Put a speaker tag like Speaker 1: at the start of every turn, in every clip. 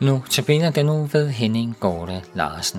Speaker 1: Nu tabiner den nu ved Henning Gorte Larsen.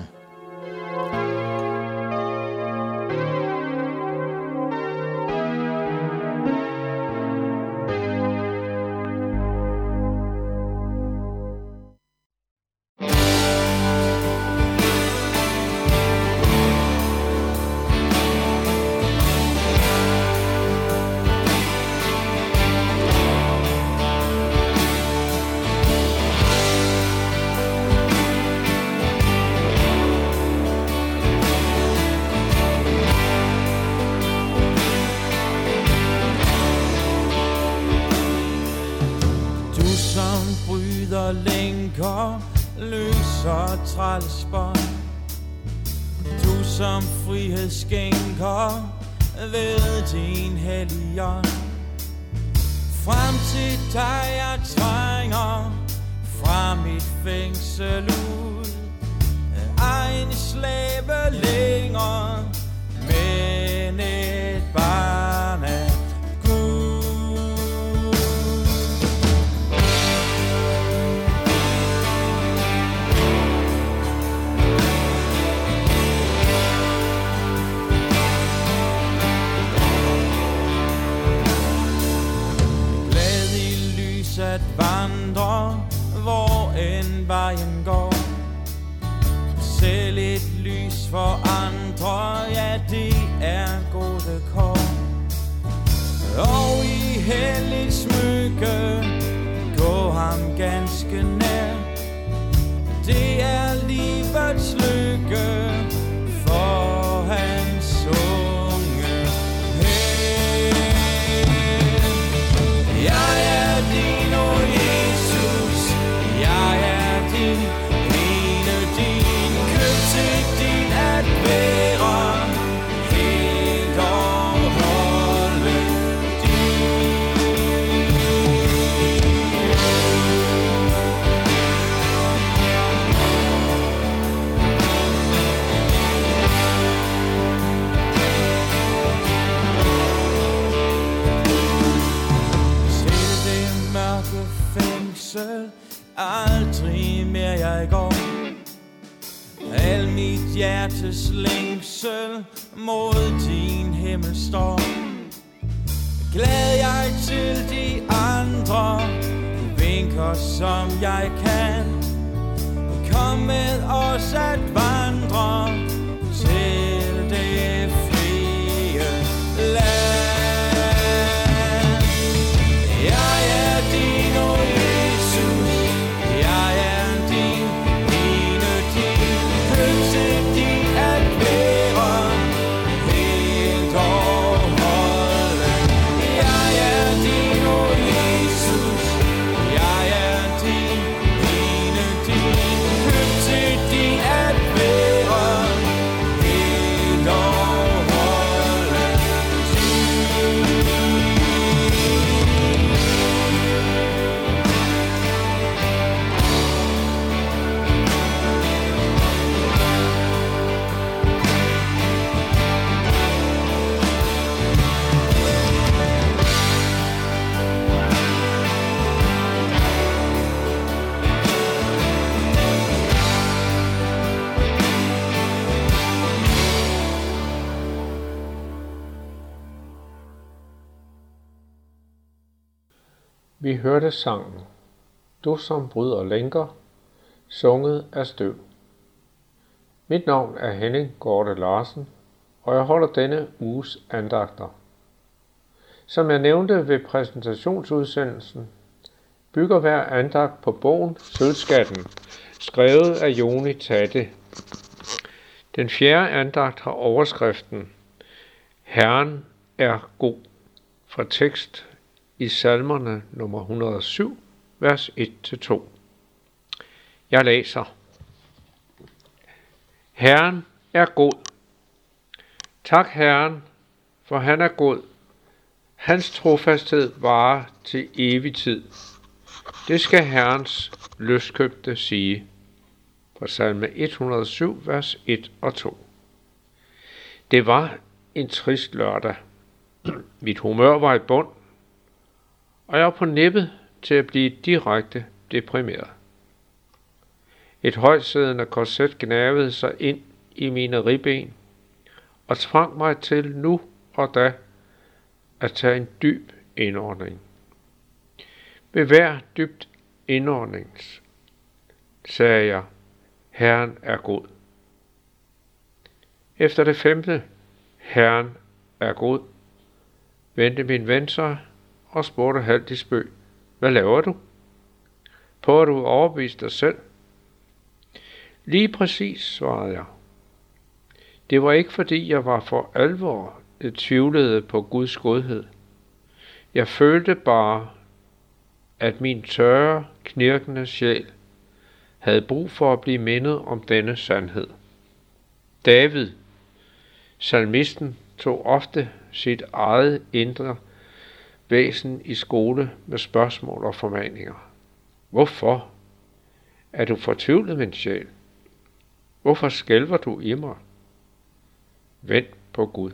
Speaker 2: Bryder lænker, løser trælsbånd. Du som frihedsskænker ved din helligånd. Frem til dig jeg trænger, fra mit fængsel ud. Egen slæbe længere, men et barn af at vandre, hvor end vejen går. Selv et lys for andre, ja det er gode kår. Og i helligt smykke, gå ham ganske nær. Det er livets lykke, for hans unge her. Jeg er din, o Jesus, jeg er din, ene din, køb til din at være, helt og holdent fængsel, aldrig mere jeg går. Al mit hjertes længsel mod din himmel står. Glad jeg til de andre, vinker som jeg kan. Kom med os at vandre til det frie land.
Speaker 3: Vi hørte sangen Du som bryder lænker, sunget af Støv. Mit navn er Henning Gorte Larsen, og jeg holder denne uges andagter. Som jeg nævnte ved præsentationsudsendelsen, bygger hver andagt på bogen Sølvskatten, skrevet af Joni Tatte. Den fjerde andagt har overskriften Herren er god, fra tekst i salmerne nummer 107, vers 1-2. Jeg læser. Herren er god. Tak Herren, for han er god. Hans trofasthed varer til evig tid. Det skal Herrens løskøbte sige. Fra salme 107, vers 1 og 2. Det var en trist lørdag. Mit humør var i bund, og jeg var på nippet til at blive direkte deprimeret. Et højtsiddende korset gnavede sig ind i mine ribben og tvang mig til nu og da at tage en dyb indånding. Ved hver dybt indånding sagde jeg, Herren er god. Efter det 5. Herren er god, vendte min ven sig og spurgte halvt i spøg, hvad laver du? Prøver du at overbevise dig selv? Lige præcis, svarede jeg. Det var ikke fordi jeg var for alvor tvivlede på Guds godhed. Jeg følte bare, at min tørre, knirkende sjæl havde brug for at blive mindet om denne sandhed. David, salmisten, tog ofte sit eget indre væsen i skole med spørgsmål og formaninger. Hvorfor er du fortvivlet, min sjæl? Hvorfor skælver du i mig? Vent på Gud.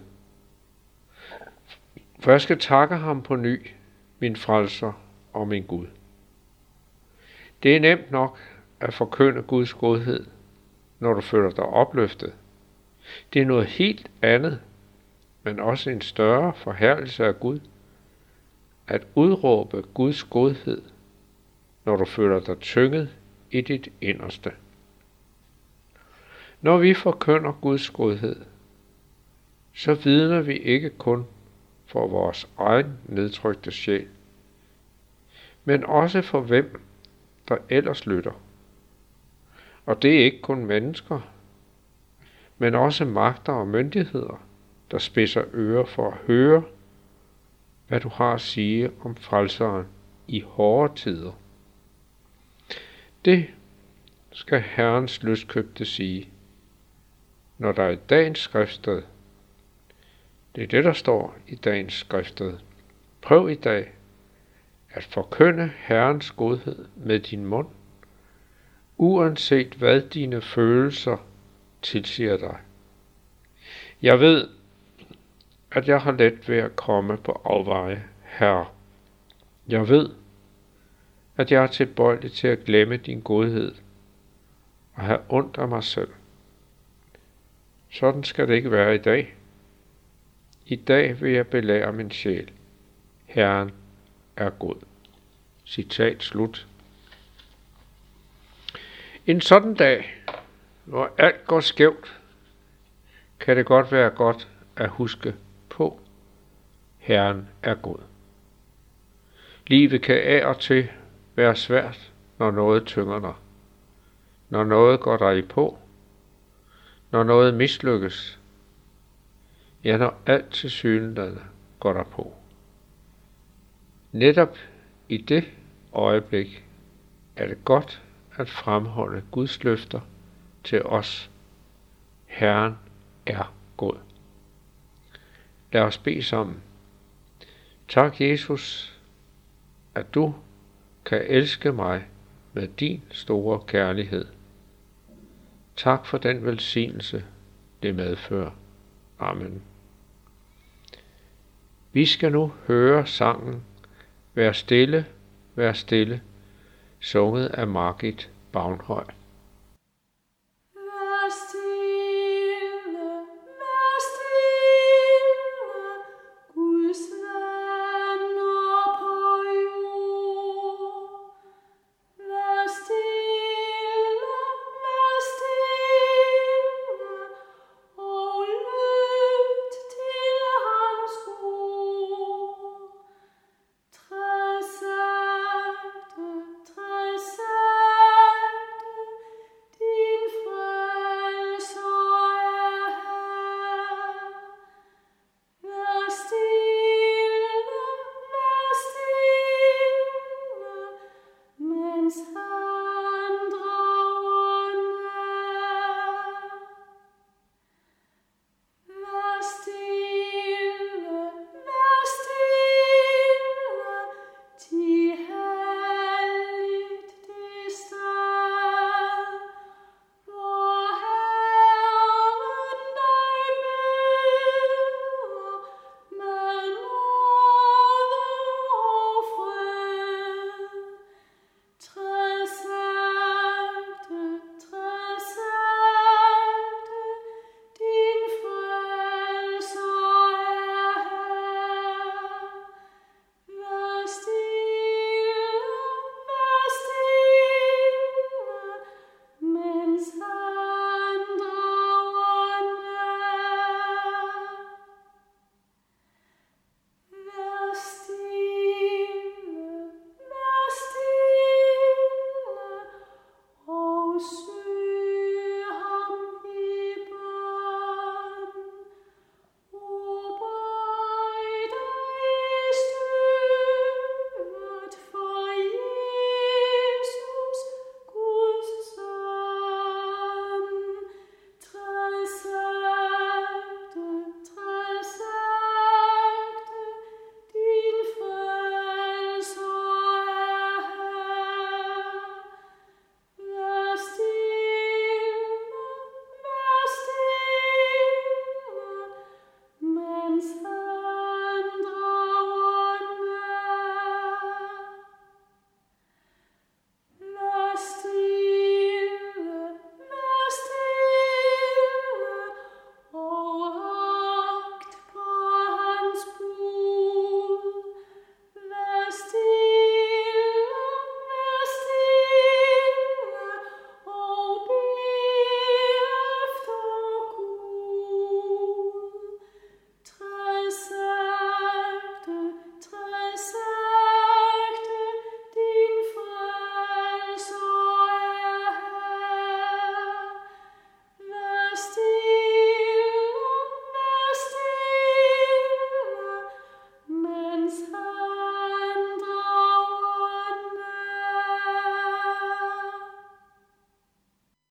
Speaker 3: For jeg skal takke ham på ny, min frelser og min Gud. Det er nemt nok at forkynde Guds godhed, når du føler dig opløftet. Det er noget helt andet, men også en større forherligelse af Gud, at udråbe Guds godhed, når du føler dig tynget i dit inderste. Når vi forkynder Guds godhed, så vidner vi ikke kun for vores egen nedtrykte sjæl, men også for hvem, der ellers lytter. Og det er ikke kun mennesker, men også magter og myndigheder, der spidser ører for at høre, hvad du har at sige om frelseren i hårde tider. Det skal Herrens løskøbte sige, når der er dagens skriftsted. Det er det, der står i dagens skriftsted. Prøv i dag at forkynde Herrens godhed med din mund, uanset hvad dine følelser tilsiger dig. Jeg ved, at jeg har let ved at komme på afveje, Herre. Jeg ved, at jeg er tilbøjelig til at glemme din godhed og have ondt af mig selv. Sådan skal det ikke være i dag. I dag vil jeg belære min sjæl. Herren er god. Citat slut. En sådan dag, hvor alt går skævt, kan det godt være godt at huske på. Herren er god. Livet kan af og til være svært, når noget tynger dig. Når noget går dig på. Når noget mislykkes. Ja, når alt tilsyneladende går dig på. Netop i det øjeblik er det godt at fremholde Guds løfter til os. Herren er god. Lad os bede sammen. Tak, Jesus, at du kan elske mig med din store kærlighed. Tak for den velsignelse, det medfører. Amen. Vi skal nu høre sangen Vær stille, sunget af Margit Bavnhøj.